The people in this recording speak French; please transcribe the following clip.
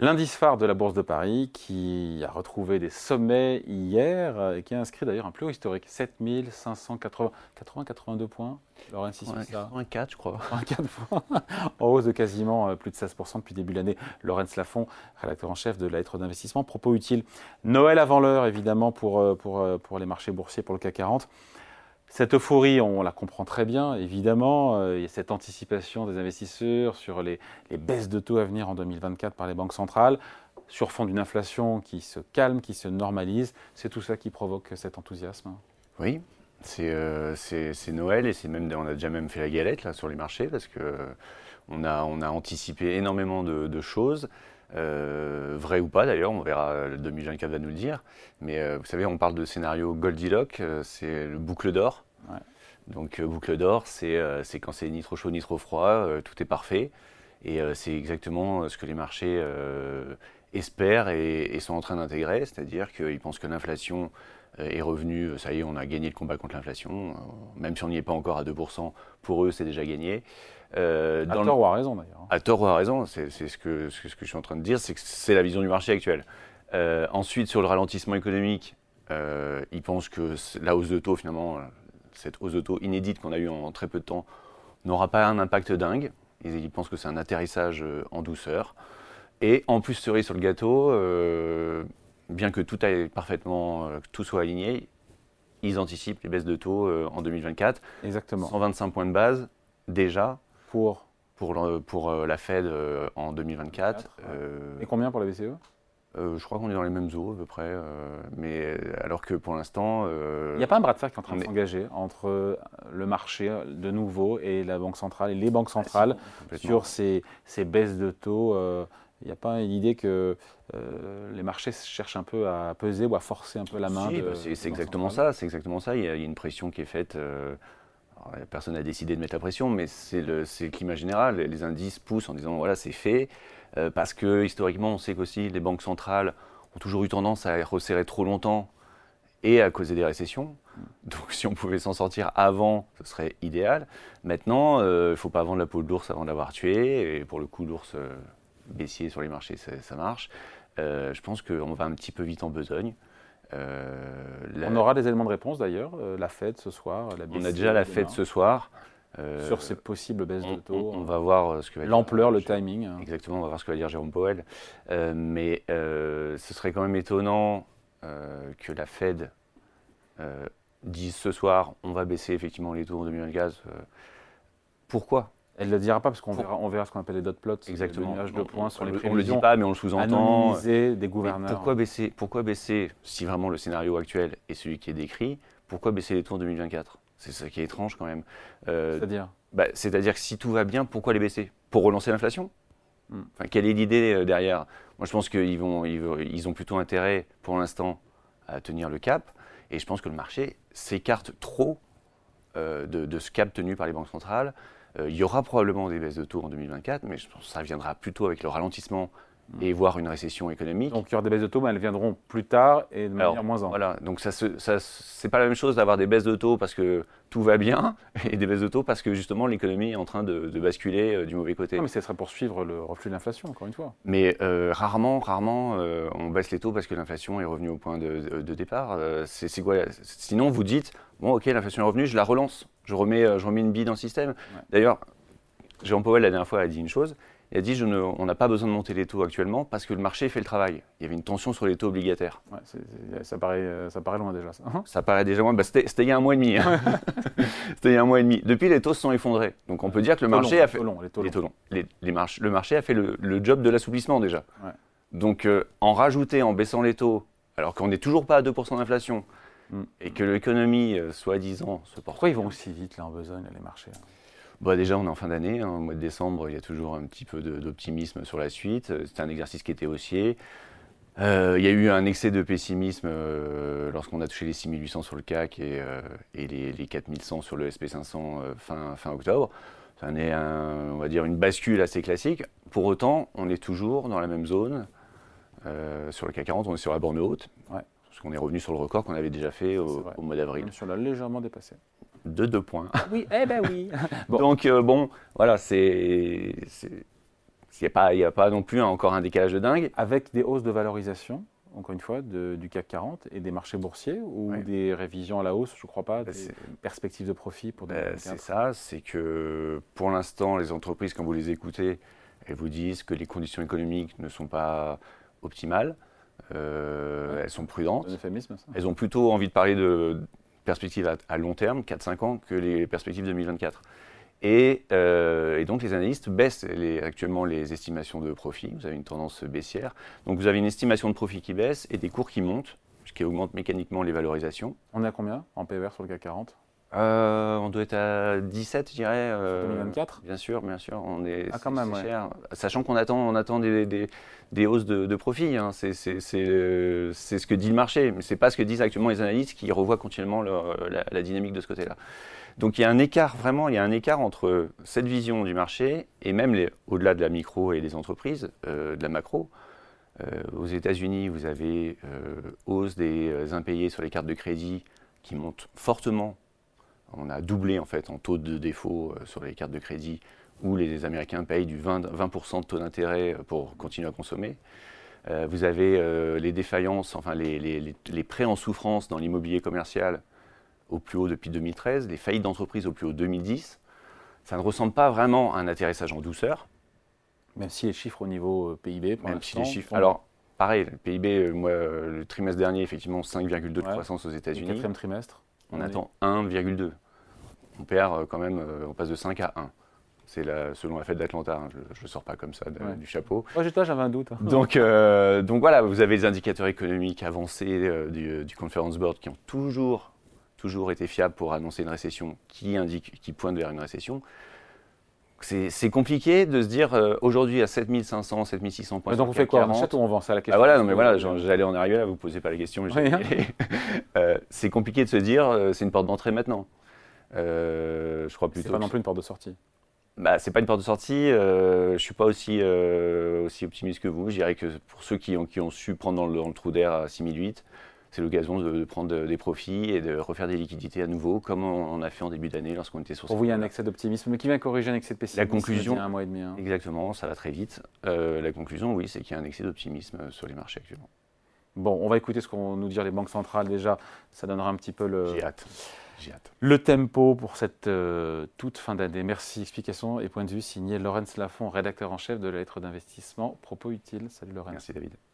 L'indice phare de la Bourse de Paris qui a retrouvé des sommets hier et qui a inscrit d'ailleurs un plus haut historique, 7582 points. Laurence, si Ouais, ça 84, je crois. 84 points, en hausse de quasiment plus de 16% depuis le début de l'année. Laurence Lafont, rédacteur en chef de la lettre d'investissement. Propos utiles. Noël avant l'heure, évidemment, pour les marchés boursiers, pour le CAC 40. Cette euphorie, on la comprend très bien, évidemment. Il y a cette anticipation des investisseurs sur les baisses de taux à venir en 2024 par les banques centrales, sur fond d'une inflation qui se calme, qui se normalise. C'est tout ça qui provoque cet enthousiasme. Oui, c'est Noël et on a déjà même fait la galette là, sur les marchés parce que on a anticipé énormément de choses. Vrai ou pas d'ailleurs, on verra, le 2024 va nous le dire. Mais vous savez, on parle de scénario Goldilocks, c'est le boucle d'or. Ouais. Donc boucle d'or, c'est quand c'est ni trop chaud ni trop froid, tout est parfait. Et c'est exactement ce que les marchés espèrent et sont en train d'intégrer, c'est-à-dire qu'ils pensent que l'inflation est revenue, ça y est, on a gagné le combat contre l'inflation, même si on n'y est pas encore à 2%, pour eux c'est déjà gagné. À tort ou à raison d'ailleurs. À tort ou à raison, c'est ce que je suis en train de dire, c'est que c'est la vision du marché actuel. Ensuite, sur le ralentissement économique, ils pensent que la hausse de taux, finalement, cette hausse de taux inédite qu'on a eue en très peu de temps, n'aura pas un impact dingue. Ils pensent que c'est un atterrissage en douceur. Et en plus, cerise sur le gâteau, bien que tout aille parfaitement, que tout soit aligné, ils anticipent les baisses de taux en 2024. Exactement. 125 points de base, déjà. Pour la Fed en 2024. Et combien pour la BCE ? Je crois qu'on est dans les mêmes eaux à peu près, mais alors que pour l'instant... Il n'y a pas un bras de fer qui est en train de s'engager entre le marché de nouveau et la Banque centrale et les banques centrales sur ces baisses de taux. Il n'y a pas une idée que les marchés cherchent un peu à peser ou à forcer un peu la main c'est exactement ça, c'est exactement ça. Il y a une pression qui est faite... personne n'a décidé de mettre la pression, mais c'est le climat général. Les indices poussent en disant voilà, c'est fait. Parce que historiquement, on sait qu'aussi les banques centrales ont toujours eu tendance à resserrer trop longtemps et à causer des récessions. Donc si on pouvait s'en sortir avant, ce serait idéal. Maintenant, il ne faut pas vendre la peau de l'ours avant de l'avoir tué. Et pour le coup, l'ours baissier sur les marchés, ça marche. Je pense qu'on va un petit peu vite en besogne. On aura des éléments de réponse d'ailleurs, la Fed ce soir. On a déjà la Fed ce soir. Sur ces possibles baisses de taux. On va voir ce que va dire l'ampleur, le timing. Exactement, on va voir ce que va dire Jérôme Powell. Mais ce serait quand même étonnant que la Fed dise ce soir, on va baisser effectivement les taux en 2024. Pourquoi ? Elle ne le dira pas parce qu'on verra ce qu'on appelle les dot plots. Exactement. Le nuage de points sur les prévisions. On ne le dit pas, mais on le sous-entend. Anonymisé des gouverneurs. Pourquoi baisser, si vraiment le scénario actuel est celui qui est décrit, pourquoi baisser les taux en 2024 ? C'est ça qui est étrange quand même. C'est-à-dire C'est-à-dire que si tout va bien, pourquoi les baisser ? Pour relancer l'inflation ? Enfin, quelle est l'idée derrière ? Moi, je pense qu'ils ont plutôt intérêt, pour l'instant, à tenir le cap. Et je pense que le marché s'écarte trop de ce cap tenu par les banques centrales. Il y aura probablement des baisses de taux en 2024, mais je pense que ça viendra plutôt avec le ralentissement et voire une récession économique. Donc il y aura des baisses de taux, mais elles viendront plus tard et de manière moins ample. Voilà, donc c'est pas la même chose d'avoir des baisses de taux parce que tout va bien et des baisses de taux parce que justement l'économie est en train de basculer du mauvais côté. Non, mais ce serait pour suivre le reflux de l'inflation, encore une fois. Mais rarement, on baisse les taux parce que l'inflation est revenue au point de départ. C'est quoi ? Sinon, vous dites, bon ok, l'inflation est revenue, je la relance, je remets une bille dans le système. Ouais. D'ailleurs, Jérôme Powell, la dernière fois, a dit une chose. Il a dit on n'a pas besoin de monter les taux actuellement parce que le marché fait le travail. Il y avait une tension sur les taux obligataires. Ouais, ça paraît loin déjà. Ça paraît déjà loin. C'était il y a un mois et demi. Hein. C'était il y a un mois et demi. Depuis, les taux se sont effondrés. Donc on peut dire que le marché a fait le marché a fait le job de l'assouplissement déjà. Ouais. Donc en baissant les taux, alors qu'on n'est toujours pas à 2% d'inflation et que l'économie, soi-disant, se porte. Pourquoi ils vont aussi vite là en besogne les marchés ? Déjà, on est en fin d'année. Au mois de décembre, il y a toujours un petit peu d'optimisme sur la suite. C'était un exercice qui était haussier. Il y a eu un excès de pessimisme lorsqu'on a touché les 6800 sur le CAC et les 4100 sur le SP500 fin octobre. Ça en est on va dire une bascule assez classique. Pour autant, on est toujours dans la même zone. Sur le CAC 40, on est sur la borne haute. Ouais. Parce qu'on est revenu sur le record qu'on avait déjà fait au mois d'avril. On l'a légèrement dépassé. De 2 points. Oui, oui. Bon. Donc, voilà, c'est Il n'y a pas non plus encore un décalage de dingue. Avec des hausses de valorisation, encore une fois, du CAC 40 et des marchés boursiers, ou des révisions à la hausse, je ne crois pas, des perspectives de profit pour 2024. C'est ça, c'est que pour l'instant, les entreprises, quand vous les écoutez, elles vous disent que les conditions économiques ne sont pas optimales, elles sont prudentes. C'est un euphémisme, ça. Elles ont plutôt envie de parler de perspectives à long terme, 4-5 ans, que les perspectives 2024. Et donc les analystes baissent actuellement les estimations de profit. Vous avez une tendance baissière. Donc vous avez une estimation de profit qui baisse et des cours qui montent, ce qui augmente mécaniquement les valorisations. On est à combien en PER sur le CAC 40 ? On doit être à 17, je dirais. 2024 ? Bien sûr. On est, quand même, cher. Sachant qu'on attend des hausses de profit. Hein. C'est ce que dit le marché, mais ce n'est pas ce que disent actuellement les analystes qui revoient continuellement la dynamique de ce côté-là. Donc il y a un écart, vraiment, il y a un écart entre cette vision du marché et même au-delà de la micro et des entreprises, de la macro. Aux États-Unis, vous avez hausse des impayés sur les cartes de crédit qui montent fortement. On a doublé en fait en taux de défaut sur les cartes de crédit où les Américains payent du 20% de taux d'intérêt pour continuer à consommer. Vous avez les défaillances, enfin les prêts en souffrance dans l'immobilier commercial au plus haut depuis 2013, les faillites d'entreprises au plus haut 2010. Ça ne ressemble pas vraiment à un atterrissage en douceur. Même si les chiffres au niveau PIB, pour l'instant... Alors, pareil, le PIB, le trimestre dernier, effectivement, 5,2 de croissance aux États-Unis. Le quatrième trimestre on attend 1,2. On perd quand même, on passe de 5 à 1. C'est selon la fête d'Atlanta, hein. Je ne sors pas comme ça du chapeau. Moi, j'avais un doute. Donc voilà, vous avez les indicateurs économiques avancés du Conference Board qui ont toujours été fiables pour annoncer une récession, qui pointe vers une récession. C'est compliqué de se dire aujourd'hui à 7500, 7600 points. Mais donc on fait quoi? On achète ou on vend? Ça la question. Voilà, non mais voilà, j'allais en arriver là, vous posez pas la question. C'est compliqué de se dire c'est une porte d'entrée maintenant. Je crois plutôt. C'est pas non plus une porte de sortie. Bah, c'est pas une porte de sortie. Je suis pas aussi optimiste que vous. Je dirais que pour ceux qui ont su prendre dans le trou d'air à 6008, c'est l'occasion de prendre des profits et de refaire des liquidités à nouveau, comme on a fait en début d'année lorsqu'on était sur. Pour vous, il y a un excès d'optimisme, mais qui vient corriger un excès de pessimisme. La conclusion, il y a un mois et demi. Hein. Exactement, ça va très vite. La conclusion, oui, c'est qu'il y a un excès d'optimisme sur les marchés actuellement. Bon, on va écouter ce qu'ont nous dire les banques centrales déjà. Ça donnera un petit peu J'ai hâte. Le tempo pour cette toute fin d'année. Merci. Explication et point de vue signé Laurence Lafont, rédacteur en chef de la lettre d'investissement Propos Utile. Salut Laurence. Merci David.